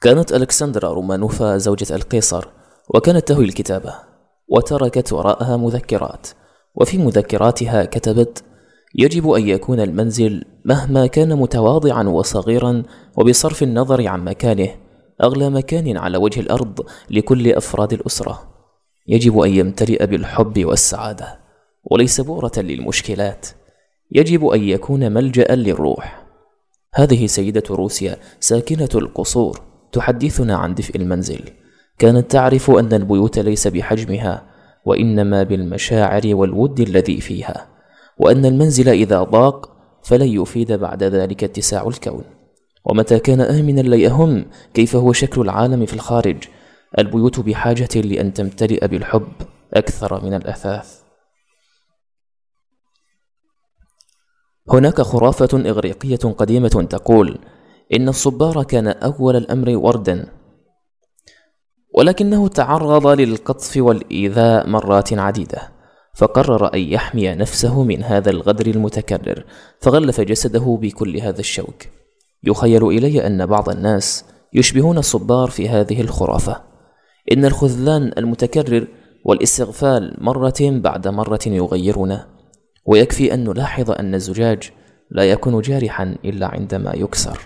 كانت ألكسندرا رومانوفا زوجة القيصر، وكانت تهوي الكتابة، وتركت وراءها مذكرات، وفي مذكراتها كتبت: يجب أن يكون المنزل مهما كان متواضعا وصغيرا وبصرف النظر عن مكانه أغلى مكان على وجه الأرض لكل أفراد الأسرة. يجب أن يمتلئ بالحب والسعادة وليس بؤرة للمشكلات. يجب أن يكون ملجأ للروح. هذه سيدة روسيا ساكنة القصور تحدثنا عن دفء المنزل. كانت تعرف أن البيوت ليس بحجمها وإنما بالمشاعر والود الذي فيها، وأن المنزل إذا ضاق فلن يفيد بعد ذلك اتساع الكون. ومتى كان آمنا لا يهم كيف هو شكل العالم في الخارج. البيوت بحاجة لأن تمتلئ بالحب أكثر من الأثاث. هناك خرافة إغريقية قديمة تقول إن الصبار كان أول الأمر وردا، ولكنه تعرض للقطف والإيذاء مرات عديدة، فقرر أن يحمي نفسه من هذا الغدر المتكرر، فغلف جسده بكل هذا الشوك. يخيل إلي أن بعض الناس يشبهون الصبار في هذه الخرافة. إن الخذلان المتكرر والاستغفال مرة بعد مرة يغيرنا، ويكفي أن نلاحظ أن الزجاج لا يكون جارحا إلا عندما يكسر.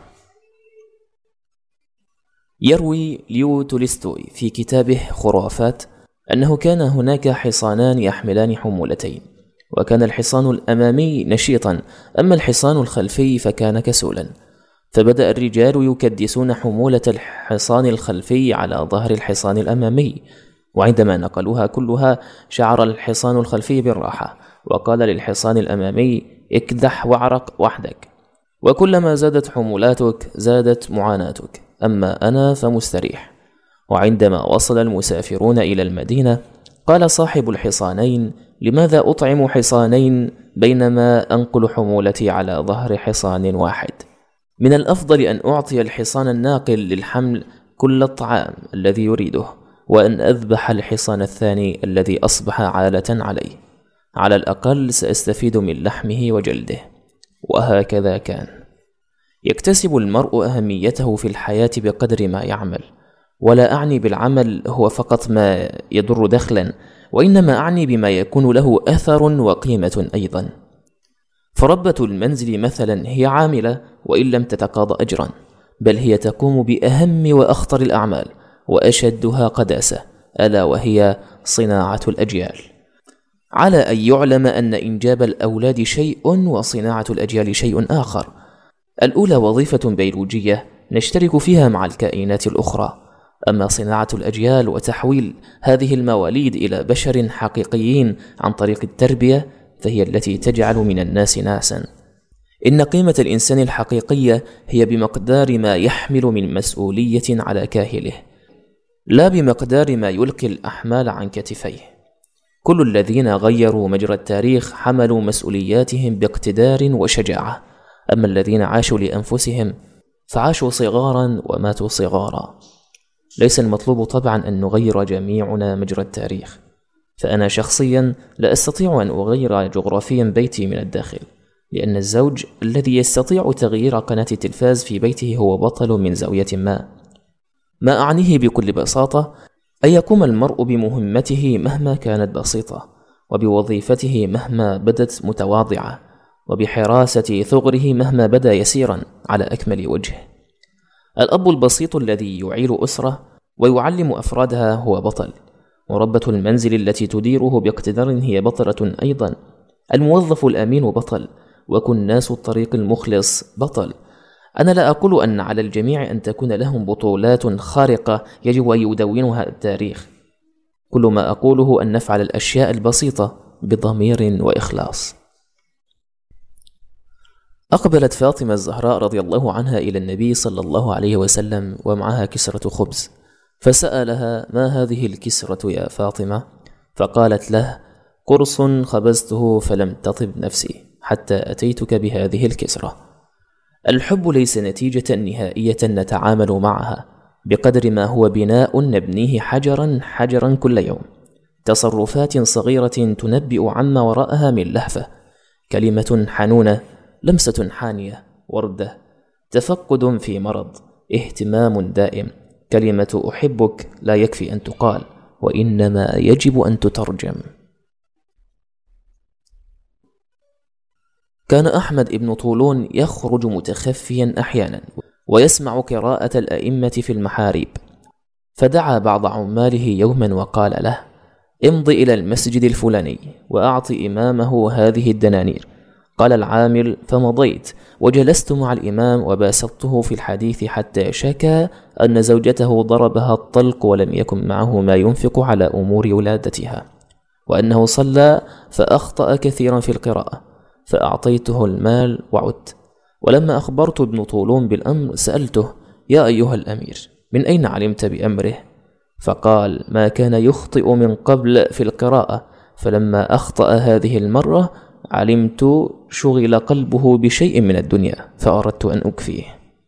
يروي ليو تولستوي في كتابه خرافات أنه كان هناك حصانان يحملان حمولتين، وكان الحصان الأمامي نشيطا، أما الحصان الخلفي فكان كسولا. فبدأ الرجال يكدسون حمولة الحصان الخلفي على ظهر الحصان الأمامي، وعندما نقلوها كلها شعر الحصان الخلفي بالراحة، وقال للحصان الأمامي: اكدح واعرق وحدك، وكلما زادت حمولاتك زادت معاناتك، أما أنا فمستريح. وعندما وصل المسافرون إلى المدينة قال صاحب الحصانين: لماذا أطعم حصانين بينما أنقل حمولتي على ظهر حصان واحد؟ من الأفضل أن أعطي الحصان الناقل للحمل كل الطعام الذي يريده، وأن أذبح الحصان الثاني الذي أصبح عالة عليه. على الأقل سأستفيد من لحمه وجلده. وهكذا كان. يكتسب المرء أهميته في الحياة بقدر ما يعمل، ولا أعني بالعمل هو فقط ما يضر دخلا، وإنما أعني بما يكون له أثر وقيمة أيضا. فربة المنزل مثلا هي عاملة وإن لم تتقاضى أجرا، بل هي تقوم بأهم وأخطر الأعمال وأشدها قداسة، ألا وهي صناعة الأجيال. على أن يعلم أن إنجاب الأولاد شيء وصناعة الأجيال شيء آخر. الأولى وظيفة بيولوجية نشترك فيها مع الكائنات الأخرى، أما صناعة الأجيال وتحويل هذه المواليد إلى بشر حقيقيين عن طريق التربية فهي التي تجعل من الناس ناسا. إن قيمة الإنسان الحقيقية هي بمقدار ما يحمل من مسؤولية على كاهله، لا بمقدار ما يلقي الأحمال عن كتفيه. كل الذين غيروا مجرى التاريخ حملوا مسؤولياتهم باقتدار وشجاعة، أما الذين عاشوا لأنفسهم فعاشوا صغارا وماتوا صغارا. ليس المطلوب طبعا أن نغير جميعنا مجرى التاريخ، فأنا شخصيا لا أستطيع أن أغير جغرافيا بيتي من الداخل، لأن الزوج الذي يستطيع تغيير قناة التلفاز في بيته هو بطل من زاوية ما أعنيه بكل بساطة أن يقوم المرء بمهمته مهما كانت بسيطة، وبوظيفته مهما بدت متواضعة، وبحراسة ثغره مهما بدا يسيرا على أكمل وجه. الأب البسيط الذي يعيل أسرة ويعلم أفرادها هو بطل، وربة المنزل التي تديره باقتدار هي بطلة أيضا. الموظف الأمين بطل، وكناس الطريق المخلص بطل. أنا لا أقول أن على الجميع أن تكون لهم بطولات خارقة يجب أن يدونها التاريخ. كل ما أقوله أن نفعل الأشياء البسيطة بضمير وإخلاص. أقبلت فاطمة الزهراء رضي الله عنها إلى النبي صلى الله عليه وسلم ومعها كسرة خبز، فسألها: ما هذه الكسرة يا فاطمة؟ فقالت له: قرص خبزته فلم تطب نفسي حتى أتيتك بهذه الكسرة. الحب ليس نتيجة نهائية نتعامل معها، بقدر ما هو بناء نبنيه حجرا حجرا كل يوم. تصرفات صغيرة تنبئ عما وراءها من لهفة، كلمة حنونة، لمسة حانية، وردة، تفقد في مرض، اهتمام دائم، كلمة أحبك لا يكفي أن تقال، وإنما يجب أن تترجم. كان أحمد بن طولون يخرج متخفيا أحيانا ويسمع قراءة الأئمة في المحاريب، فدعا بعض عماله يوما وقال له: امض إلى المسجد الفلاني وأعط إمامه هذه الدنانير. قال العامل: فمضيت وجلست مع الإمام وباسطته في الحديث حتى شكى أن زوجته ضربها الطلق ولم يكن معه ما ينفق على أمور ولادتها، وأنه صلى فأخطأ كثيرا في القراءة، فأعطيته المال وعدت. ولما أخبرت ابن طولون بالأمر سألته: يا أيها الأمير، من أين علمت بأمره؟ فقال: ما كان يخطئ من قبل في القراءة، فلما أخطأ هذه المرة علمت شغل قلبه بشيء من الدنيا فأردت أن أكفيه.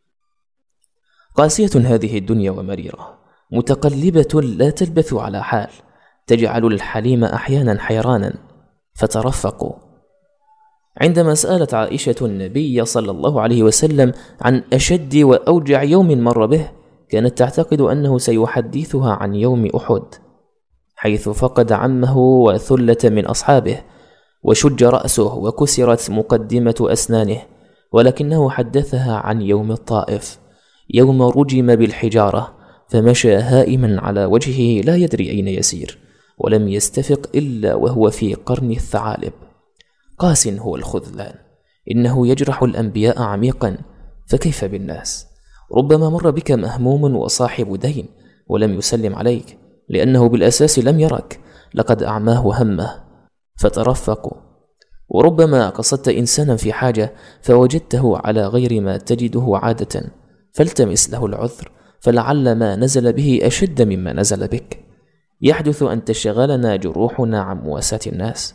قاسية هذه الدنيا ومريرة، متقلبة لا تلبث على حال، تجعل الحليم أحيانا حيرانا، فترفقوا. عندما سألت عائشة النبي صلى الله عليه وسلم عن أشد وأوجع يوم مر به، كانت تعتقد أنه سيحدثها عن يوم أحد، حيث فقد عمه وثلة من أصحابه، وشج رأسه وكسرت مقدمة أسنانه، ولكنه حدثها عن يوم الطائف، يوم رجم بالحجارة فمشى هائما على وجهه لا يدري أين يسير، ولم يستفق إلا وهو في قرن الثعالب. قاس هو الخذلان، إنه يجرح الأنبياء عميقا، فكيف بالناس؟ ربما مر بك مهموم وصاحب دين ولم يسلم عليك، لأنه بالأساس لم يرك، لقد أعماه همه، فترفقوا. وربما قصدت إنسانا في حاجة فوجدته على غير ما تجده عادة، فالتمس له العذر، فلعل ما نزل به أشد مما نزل بك. يحدث أن تشغلنا جروحنا عن مواساة الناس.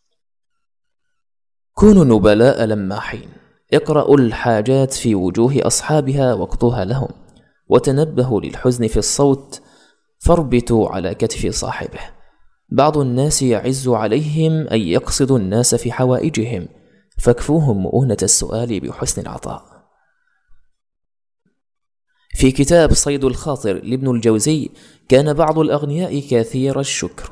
كونوا نبلاء لماحين، اقرأوا الحاجات في وجوه أصحابها واقضوها لهم، وتنبهوا للحزن في الصوت فاربطوا على كتف صاحبه. بعض الناس يعز عليهم أن يقصدوا الناس في حوائجهم، فاكفوهم مؤونة السؤال بحسن العطاء. في كتاب صيد الخاطر لابن الجوزي، كان بعض الأغنياء كثير الشكر،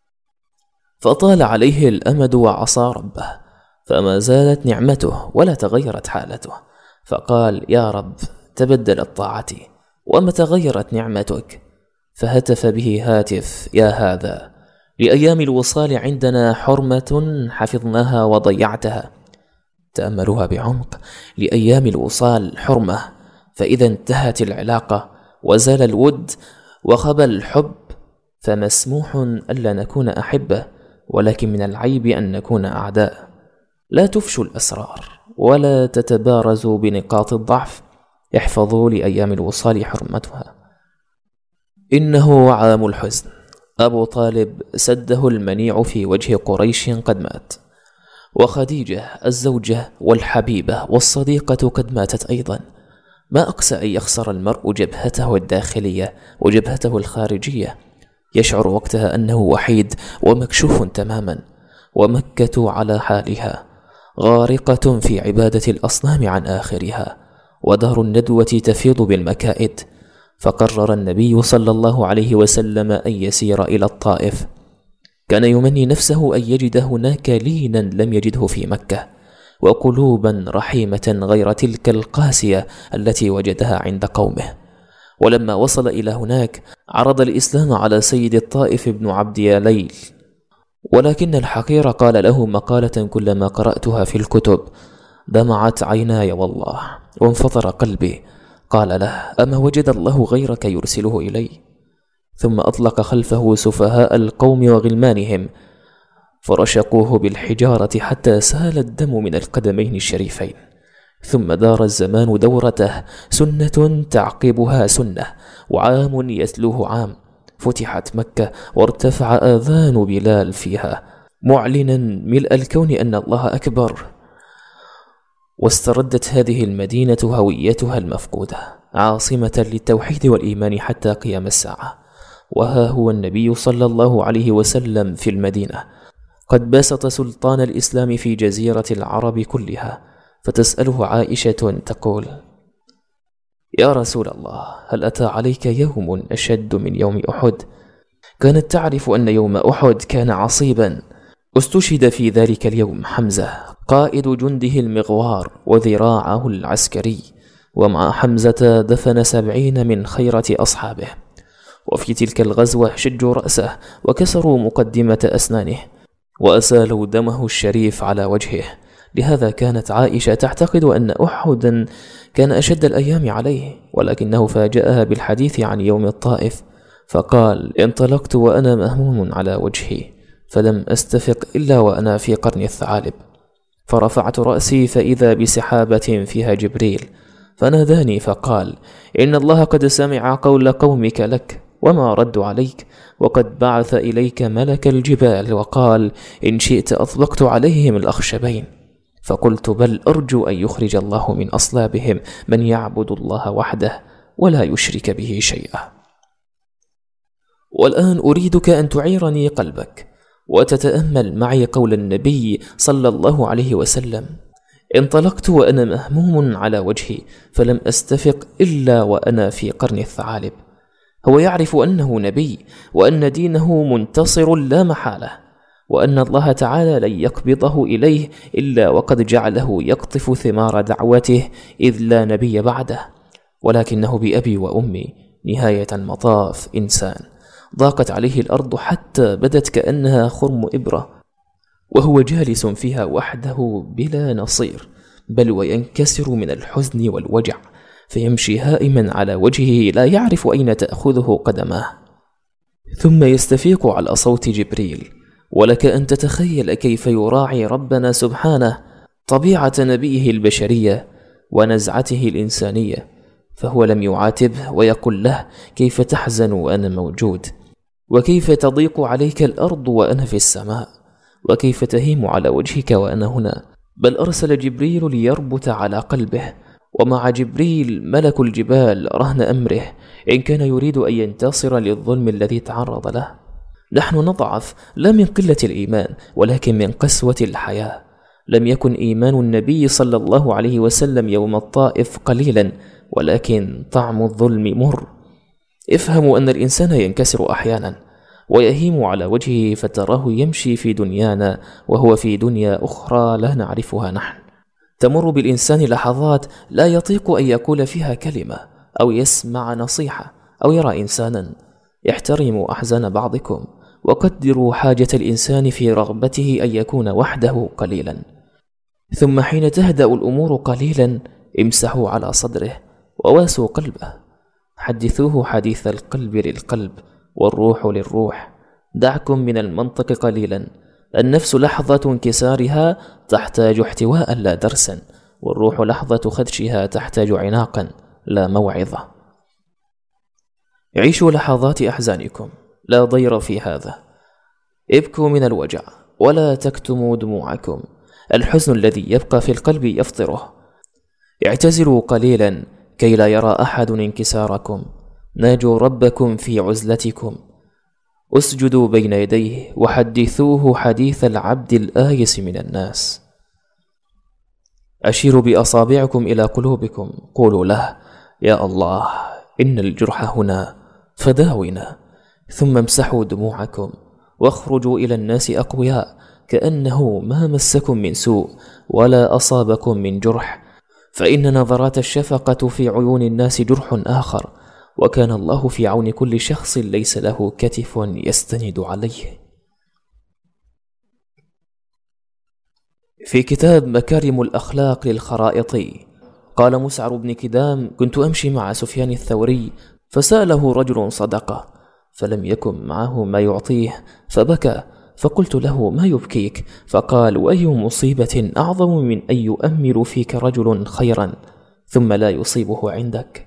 فطال عليه الأمد وعصى ربه، فما زالت نعمته ولا تغيرت حالته، فقال: يا رب، تبدلت طاعتي وما تغيرت نعمتك. فهتف به هاتف: يا هذا، لأيام الوصال عندنا حرمة حفظناها وضيعتها. تأملوها بعمق، لأيام الوصال حرمة، فإذا انتهت العلاقة وزال الود وخبى الحب فمسموح ألا نكون أحبة، ولكن من العيب أن نكون أعداء. لا تفشوا الأسرار ولا تتبارزوا بنقاط الضعف، احفظوا لأيام الوصال حرمتها. إنه عام الحزن، أبو طالب سده المنيع في وجه قريش قد مات، وخديجة الزوجة والحبيبة والصديقة قد ماتت أيضا. ما أقسى أن يخسر المرء جبهته الداخلية وجبهته الخارجية، يشعر وقتها أنه وحيد ومكشوف تماما، ومكة على حالها غارقة في عبادة الأصنام عن آخرها، ودار الندوة تفيض بالمكائد. فقرر النبي صلى الله عليه وسلم أن يسير إلى الطائف. كان يمني نفسه أن يجد هناك لينا لم يجده في مكة، وقلوبا رحيمة غير تلك القاسية التي وجدها عند قومه. ولما وصل إلى هناك عرض الإسلام على سيد الطائف بن عبد ياليل، ولكن الحقير قال له مقالة كلما قرأتها في الكتب دمعت عيناي والله وانفطر قلبي. قال له: أما وجد الله غيرك يرسله إلي؟ ثم أطلق خلفه سفهاء القوم وغلمانهم فرشقوه بالحجارة حتى سال الدم من القدمين الشريفين. ثم دار الزمان دورته، سنة تعقبها سنة، وعام يتلوه عام. فتحت مكة وارتفع آذان بلال فيها معلنا ملء الكون أن الله أكبر، واستردت هذه المدينة هويتها المفقودة، عاصمة للتوحيد والإيمان حتى قيام الساعة. وها هو النبي صلى الله عليه وسلم في المدينة قد بسط سلطان الإسلام في جزيرة العرب كلها. فتسأله عائشة تقول: يا رسول الله، هل أتى عليك يوم أشد من يوم أحد؟ كانت تعرف أن يوم أحد كان عصيبا. استشهد في ذلك اليوم حمزة قائد جنده المغوار وذراعه العسكري، ومع حمزة دفن 70 من خيرة أصحابه. وفي تلك الغزوة شجوا رأسه وكسروا مقدمة أسنانه وأسالوا دمه الشريف على وجهه. لهذا كانت عائشة تعتقد أن أحدا كان أشد الأيام عليه، ولكنه فاجأها بالحديث عن يوم الطائف، فقال: انطلقت وأنا مهموم على وجهي، فلم أستفق إلا وأنا في قرن الثعالب، فرفعت رأسي فإذا بسحابة فيها جبريل، فناداني فقال: إن الله قد سمع قول قومك لك وما ردوا عليك، وقد بعث إليك ملك الجبال وقال: إن شئت أطلقت عليهم الأخشبين. فقلت: بل أرجو أن يخرج الله من أصلابهم من يعبد الله وحده ولا يشرك به شيئا. والآن أريدك أن تعيرني قلبك وتتأمل معي قول النبي صلى الله عليه وسلم: انطلقت وأنا مهموم على وجهي، فلم أستفق إلا وأنا في قرن الثعالب. هو يعرف أنه نبي وأن دينه منتصر لا محالة، وأن الله تعالى لن يقبضه إليه إلا وقد جعله يقطف ثمار دعوته، إذ لا نبي بعده. ولكنه بأبي وأمي نهاية المطاف إنسان، ضاقت عليه الأرض حتى بدت كأنها خرم إبرة، وهو جالس فيها وحده بلا نصير، بل وينكسر من الحزن والوجع، فيمشي هائما على وجهه لا يعرف أين تأخذه قدماه، ثم يستفيق على صوت جبريل. ولك أن تتخيل كيف يراعي ربنا سبحانه طبيعة نبيه البشرية ونزعته الإنسانية، فهو لم يعاتبه ويقول له: كيف تحزن وأنا موجود، وكيف تضيق عليك الأرض وأنا في السماء، وكيف تهيم على وجهك وأنا هنا، بل أرسل جبريل ليربط على قلبه، ومع جبريل ملك الجبال رهن أمره إن كان يريد أن ينتصر للظلم الذي تعرض له. نحن نضعف لا من قلة الإيمان ولكن من قسوة الحياة. لم يكن إيمان النبي صلى الله عليه وسلم يوم الطائف قليلا، ولكن طعم الظلم مر. افهموا أن الإنسان ينكسر أحيانا ويهيم على وجهه، فتراه يمشي في دنيانا وهو في دنيا أخرى لا نعرفها نحن. تمر بالإنسان لحظات لا يطيق أن يقول فيها كلمة أو يسمع نصيحة أو يرى إنسانا. احترموا أحزان بعضكم وقدروا حاجة الإنسان في رغبته أن يكون وحده قليلا، ثم حين تهدأ الأمور قليلا امسحوا على صدره وواسوا قلبه، حدثوه حديث القلب للقلب والروح للروح. دعكم من المنطق قليلا، النفس لحظة انكسارها تحتاج احتواء لا درسا، والروح لحظة خدشها تحتاج عناقا لا موعظة. عيشوا لحظات أحزانكم، لا ضير في هذا. ابكوا من الوجع ولا تكتموا دموعكم، الحزن الذي يبقى في القلب يفطره. اعتزلوا قليلا كي لا يرى أحد انكساركم. ناجوا ربكم في عزلتكم، اسجدوا بين يديه وحدثوه حديث العبد الآيس من الناس. أشيروا بأصابعكم إلى قلوبكم، قولوا له: يا الله إن الجرح هنا فداونا، ثم امسحوا دموعكم واخرجوا إلى الناس أقوياء كأنه ما مسكم من سوء ولا أصابكم من جرح، فإن نظرات الشفقة في عيون الناس جرح آخر، وكان الله في عون كل شخص ليس له كتف يستند عليه. في كتاب مكارم الأخلاق للخرائطي قال مسعر بن كدام: كنت أمشي مع سفيان الثوري فسأله رجل صدقة، فلم يكن معه ما يعطيه فبكى، فقلت له: ما يبكيك؟ فقال: وأي مصيبة أعظم من أن يؤمل فيك رجل خيرا ثم لا يصيبه عندك؟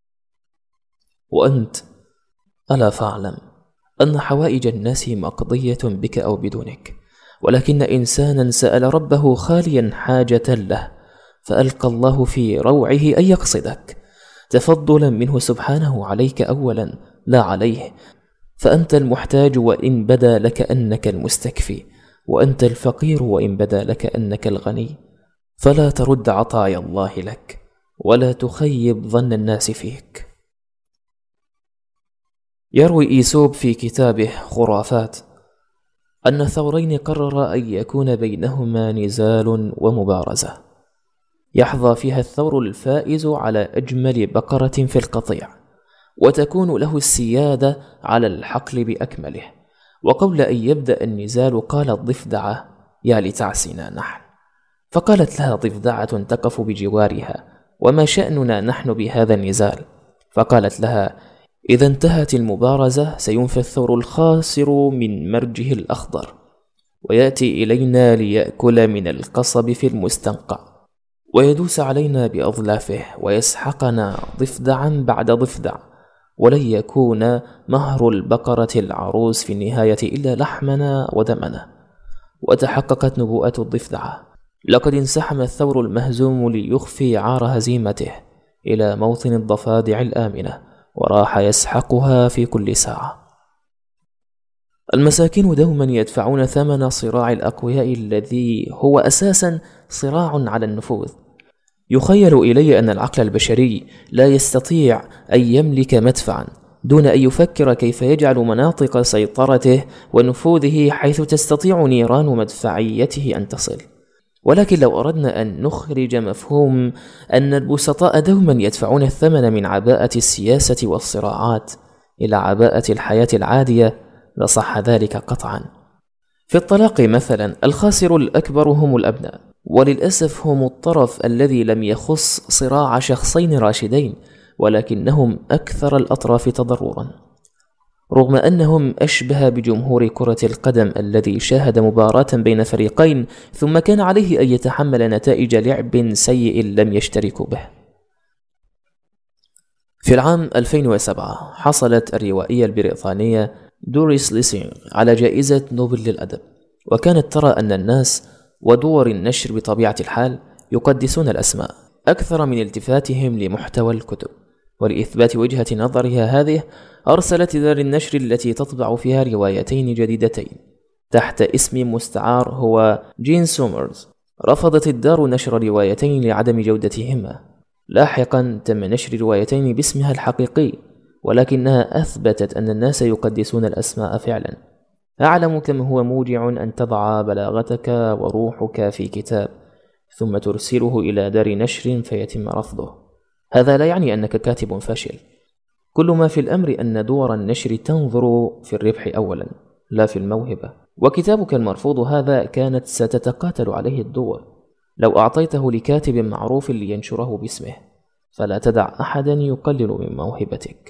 وأنت ألا فاعلم أن حوائج الناس مقضية بك أو بدونك، ولكن إنسانا سأل ربه خاليا حاجة له فألقى الله في روعه أن يقصدك تفضلا منه سبحانه عليك أولا لا عليه، فأنت المحتاج وإن بدا لك أنك المستكفي، وأنت الفقير وإن بدا لك أنك الغني، فلا ترد عطايا الله لك، ولا تخيب ظن الناس فيك. يروي إيسوب في كتابه خرافات أن الثورين قرر أن يكون بينهما نزال ومبارزة يحظى فيها الثور الفائز على أجمل بقرة في القطيع، وتكون له السيادة على الحقل بأكمله. وقبل أن يبدأ النزال قالت ضفدعة: يا لتعسنا نحن. فقالت لها ضفدعة تقف بجوارها: وما شأننا نحن بهذا النزال؟ فقالت لها: إذا انتهت المبارزة سينفى الثور الخاسر من مرجه الأخضر ويأتي إلينا ليأكل من القصب في المستنقع ويدوس علينا بأظلافه ويسحقنا ضفدعا بعد ضفدع، ولن يكون مهر البقرة العروس في النهاية إلا لحمنا ودمنا. وتحققت نبوءة الضفدعة، لقد انسحم الثور المهزوم ليخفي عار هزيمته إلى موطن الضفادع الآمنة، وراح يسحقها في كل ساعة. المساكين دوما يدفعون ثمن صراع الأقوياء الذي هو أساسا صراع على النفوذ. يخيل إلي أن العقل البشري لا يستطيع أن يملك مدفعا دون أن يفكر كيف يجعل مناطق سيطرته ونفوذه حيث تستطيع نيران مدفعيته أن تصل. ولكن لو أردنا أن نخرج مفهوم أن البسطاء دوما يدفعون الثمن من عباءة السياسة والصراعات إلى عباءة الحياة العادية لصح ذلك قطعا. في الطلاق مثلا الخاسر الأكبر هم الأبناء، وللأسف هم الطرف الذي لم يخص صراع شخصين راشدين، ولكنهم أكثر الأطراف تضررا، رغم أنهم أشبه بجمهور كرة القدم الذي شاهد مباراة بين فريقين ثم كان عليه أن يتحمل نتائج لعب سيء لم يشتركوا به. في العام 2007 حصلت الروائية البريطانية دوريس ليسينغ على جائزة نوبل للأدب، وكانت ترى أن الناس ودور النشر بطبيعة الحال يقدسون الأسماء أكثر من التفاتهم لمحتوى الكتب. ولإثبات وجهة نظرها هذه أرسلت دار النشر التي تطبع فيها روايتين جديدتين تحت اسم مستعار هو جين سومرز. رفضت الدار نشر روايتين لعدم جودتهما. لاحقا تم نشر روايتين باسمها الحقيقي، ولكنها أثبتت أن الناس يقدسون الأسماء فعلا. أعلم كم هو موجع أن تضع بلاغتك وروحك في كتاب ثم ترسله إلى دار نشر فيتم رفضه. هذا لا يعني أنك كاتب فاشل، كل ما في الأمر أن دور النشر تنظر في الربح أولا لا في الموهبة، وكتابك المرفوض هذا كانت ستتقاتل عليه الدور لو أعطيته لكاتب معروف لينشره باسمه، فلا تدع أحدا يقلل من موهبتك.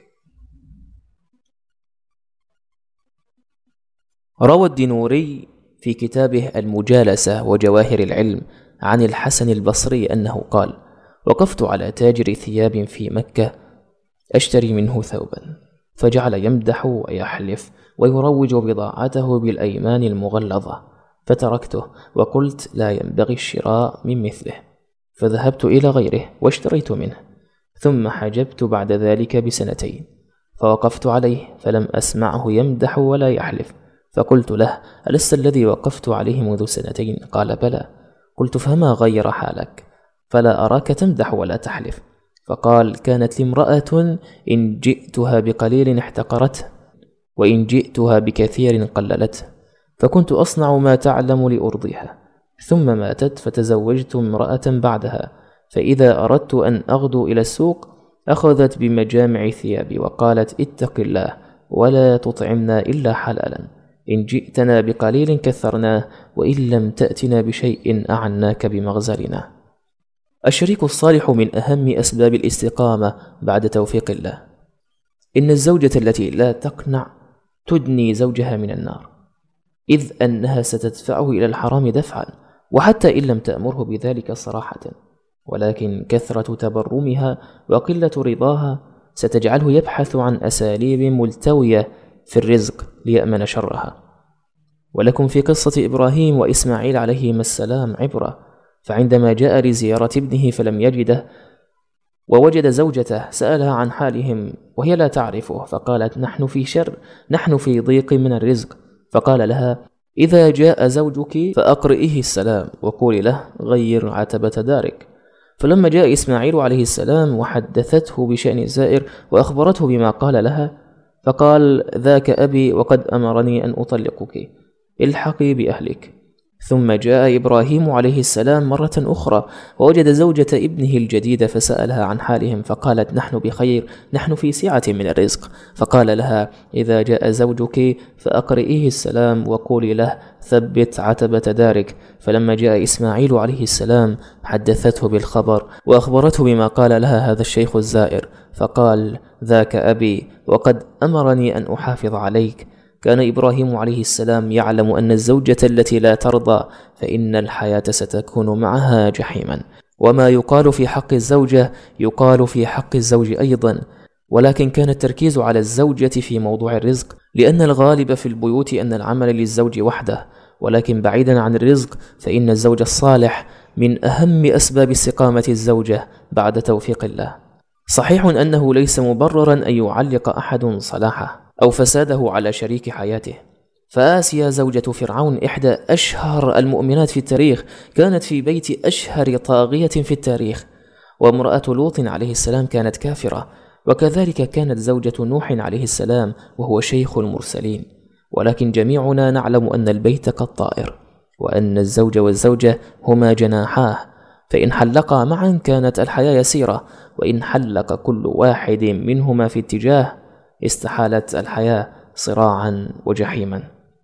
روى الدينوري في كتابه المجالسة وجواهر العلم عن الحسن البصري أنه قال: وقفت على تاجر ثياب في مكة أشتري منه ثوبا، فجعل يمدح ويحلف ويروج بضاعته بالأيمان المغلظة، فتركته وقلت لا ينبغي الشراء من مثله، فذهبت إلى غيره واشتريت منه، ثم حجبت بعد ذلك بسنتين، فوقفت عليه فلم أسمعه يمدح ولا يحلف، فقلت له: ألست الذي وقفت عليه منذ سنتين؟ قال: بلى. قلت: فما غير حالك؟ فلا أراك تمدح ولا تحلف. فقال: كانت لي امرأة إن جئتها بقليل احتقرته، وإن جئتها بكثير قللته، فكنت أصنع ما تعلم لأرضيها، ثم ماتت فتزوجت امرأة بعدها، فإذا أردت أن أغدو إلى السوق أخذت بمجامع ثيابي وقالت: اتق الله ولا تطعمنا إلا حلالا، إن جئتنا بقليل كثرناه، وإن لم تأتنا بشيء أعناك بمغزلنا. الشريك الصالح من أهم أسباب الاستقامة بعد توفيق الله. إن الزوجة التي لا تقنع تدني زوجها من النار، إذ أنها ستدفعه إلى الحرام دفعا، وحتى إن لم تأمره بذلك صراحة، ولكن كثرة تبرمها وقلة رضاها ستجعله يبحث عن أساليب ملتوية في الرزق ليأمن شرها. ولكم في قصة إبراهيم وإسماعيل عليهما السلام عبرة، فعندما جاء لزيارة ابنه فلم يجده ووجد زوجته سألها عن حالهم وهي لا تعرفه، فقالت: نحن في شر، نحن في ضيق من الرزق. فقال لها: إذا جاء زوجك فأقرئه السلام وقولي له: غير عتبة دارك. فلما جاء إسماعيل عليه السلام وحدثته بشأن الزائر وأخبرته بما قال لها، فقال: ذاك أبي وقد أمرني أن أطلقك، الحقي بأهلك. ثم جاء إبراهيم عليه السلام مرة أخرى ووجد زوجة ابنه الجديد فسألها عن حالهم، فقالت: نحن بخير، نحن في سعة من الرزق. فقال لها: إذا جاء زوجك فأقرئيه السلام وقولي له: ثبت عتبة دارك. فلما جاء إسماعيل عليه السلام حدثته بالخبر وأخبرته بما قال لها هذا الشيخ الزائر، فقال: ذاك أبي وقد أمرني أن أحافظ عليك. كان إبراهيم عليه السلام يعلم أن الزوجة التي لا ترضى فإن الحياة ستكون معها جحيما، وما يقال في حق الزوجة يقال في حق الزوج أيضا، ولكن كان التركيز على الزوجة في موضوع الرزق، لأن الغالب في البيوت أن العمل للزوج وحده، ولكن بعيدا عن الرزق فإن الزوج الصالح من أهم أسباب استقامة الزوجة بعد توفيق الله. صحيح أنه ليس مبررا أن يعلق أحد صلاحه أو فساده على شريك حياته، فآسيا زوجة فرعون إحدى أشهر المؤمنات في التاريخ كانت في بيت أشهر طاغية في التاريخ، وامرأة لوط عليه السلام كانت كافرة، وكذلك كانت زوجة نوح عليه السلام وهو شيخ المرسلين. ولكن جميعنا نعلم أن البيت كالطائر، وأن الزوج والزوجة هما جناحاه، فإن حلقا معا كانت الحياة يسيرة، وإن حلق كل واحد منهما في اتجاه استحالت الحياة صراعا وجحيما.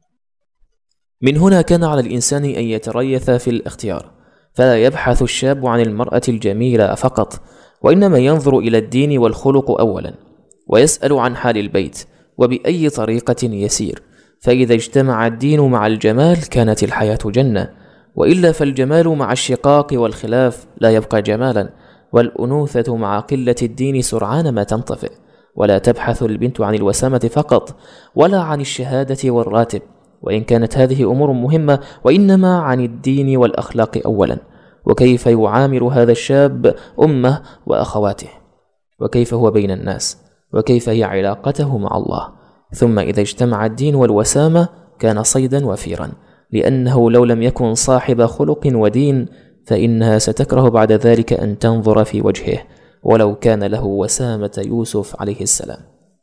من هنا كان على الإنسان أن يتريث في الاختيار، فلا يبحث الشاب عن المرأة الجميلة فقط، وإنما ينظر إلى الدين والخلق أولا، ويسأل عن حال البيت وبأي طريقة يسير، فإذا اجتمع الدين مع الجمال كانت الحياة جنة، وإلا فالجمال مع الشقاق والخلاف لا يبقى جمالا، والأنوثة مع قلة الدين سرعان ما تنطفئ. ولا تبحث البنت عن الوسامة فقط ولا عن الشهادة والراتب، وإن كانت هذه أمور مهمة، وإنما عن الدين والأخلاق أولا، وكيف يعامل هذا الشاب أمه وأخواته، وكيف هو بين الناس، وكيف هي علاقته مع الله. ثم إذا اجتمع الدين والوسامة كان صيدا وفيرا، لأنه لو لم يكن صاحب خلق ودين فإنها ستكره بعد ذلك أن تنظر في وجهه، ولو كان له وسامة يوسف عليه السلام.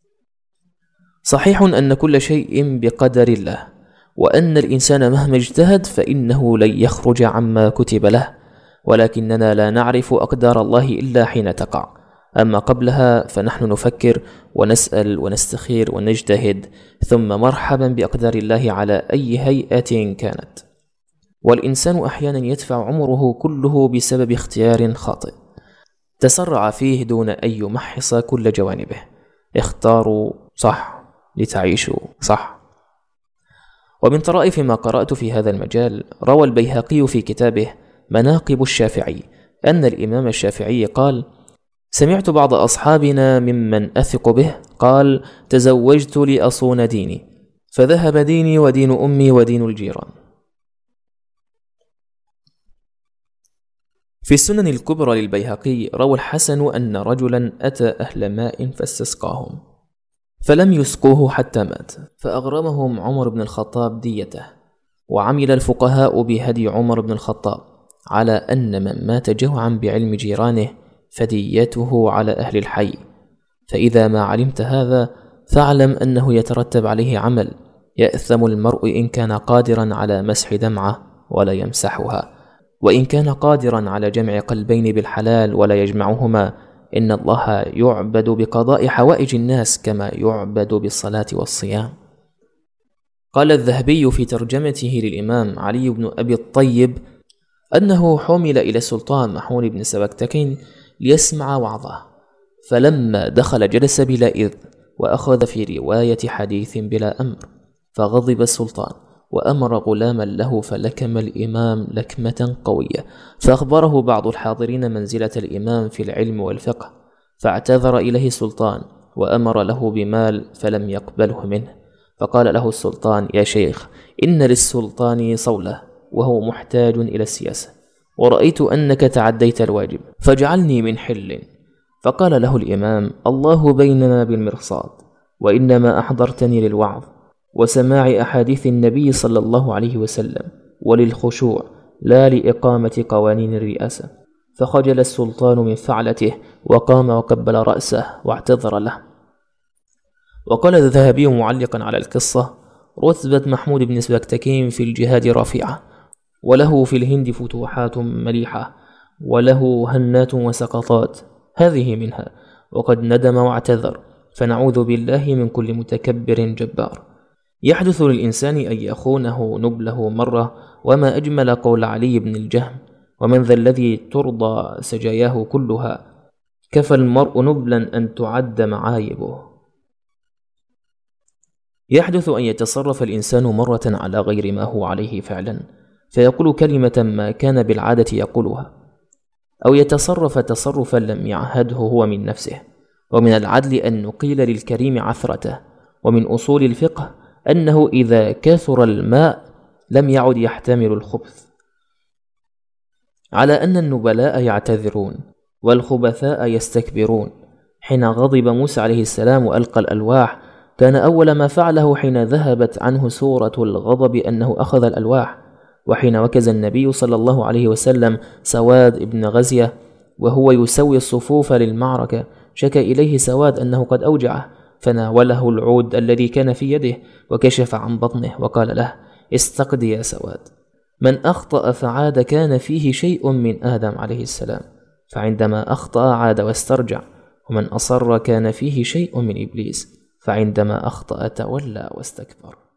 صحيح أن كل شيء بقدر الله، وأن الإنسان مهما اجتهد فإنه لن يخرج عما كتب له، ولكننا لا نعرف أقدار الله إلا حين تقع، أما قبلها فنحن نفكر ونسأل ونستخير ونجتهد، ثم مرحبا بأقدار الله على أي هيئة كانت. والإنسان أحيانا يدفع عمره كله بسبب اختيار خاطئ تسرع فيه دون أن يمحص كل جوانبه. اختاروا صح لتعيشوا صح. ومن طرائف ما قرأت في هذا المجال، روى البيهقي في كتابه مناقب الشافعي أن الإمام الشافعي قال: سمعت بعض أصحابنا ممن أثق به قال: تزوجت لأصون ديني، فذهب ديني ودين أمي ودين الجيران. في السنن الكبرى للبيهقي روى الحسن أن رجلا أتى أهل ماء فاستسقاهم، فلم يسقوه حتى مات، فأغرمهم عمر بن الخطاب ديته. وعمل الفقهاء بهدي عمر بن الخطاب على أن من مات جوعا بعلم جيرانه فديته على أهل الحي. فإذا ما علمت هذا فاعلم أنه يترتب عليه عمل يأثم المرء إن كان قادرا على مسح دمعة ولا يمسحها، وإن كان قادرا على جمع قلبين بالحلال ولا يجمعهما. إن الله يعبد بقضاء حوائج الناس كما يعبد بالصلاة والصيام. قال الذهبي في ترجمته للإمام علي بن أبي الطيب أنه حمل إلى السلطان محمود بن سبكتكين ليسمع وعظه، فلما دخل جلس بلا إذن وأخذ في رواية حديث بلا أمر، فغضب السلطان وأمر غلاما له فلكم الإمام لكمة قوية، فأخبره بعض الحاضرين منزلة الإمام في العلم والفقه، فاعتذر إليه السلطان وأمر له بمال فلم يقبله منه. فقال له السلطان: يا شيخ، إن للسلطان صولة وهو محتاج إلى السياسة، ورأيت أنك تعديت الواجب فاجعلني من حل. فقال له الإمام: الله بيننا بالمرصاد، وإنما أحضرتني للوعظ وسماع أحاديث النبي صلى الله عليه وسلم وللخشوع لا لإقامة قوانين الرئاسة. فخجل السلطان من فعلته وقام وقبل رأسه واعتذر له. وقال الذهبي معلقا على القصة: رتبة محمود بن سبكتكين في الجهاد رفيعة، وله في الهند فتوحات مليحة، وله هنات وسقطات، هذه منها، وقد ندم واعتذر، فنعوذ بالله من كل متكبر جبار. يحدث للإنسان أن يخونه نبله مرة، وما أجمل قول علي بن الجهم: ومن ذا الذي ترضى سجاياه كلها، كفى المرء نبلا أن تعد معايبه. يحدث أن يتصرف الإنسان مرة على غير ما هو عليه فعلا، فيقول كلمة ما كان بالعادة يقولها، أو يتصرف تصرفا لم يعهده هو من نفسه. ومن العدل أن نقيل للكريم عثرته، ومن أصول الفقه أنه إذا كثر الماء لم يعد يحتمل الخبث، على أن النبلاء يعتذرون والخبثاء يستكبرون. حين غضب موسى عليه السلام وألقى الألواح، كان أول ما فعله حين ذهبت عنه سورة الغضب أنه أخذ الألواح. وحين وكز النبي صلى الله عليه وسلم سواد ابن غزية وهو يسوي الصفوف للمعركة، شكى إليه سواد أنه قد أوجعه، فناوله العود الذي كان في يده وكشف عن بطنه وقال له: استقد يا سواد. من أخطأ فعاد كان فيه شيء من آدم عليه السلام، فعندما أخطأ عاد واسترجع. ومن أصر كان فيه شيء من إبليس، فعندما أخطأ تولى واستكبر.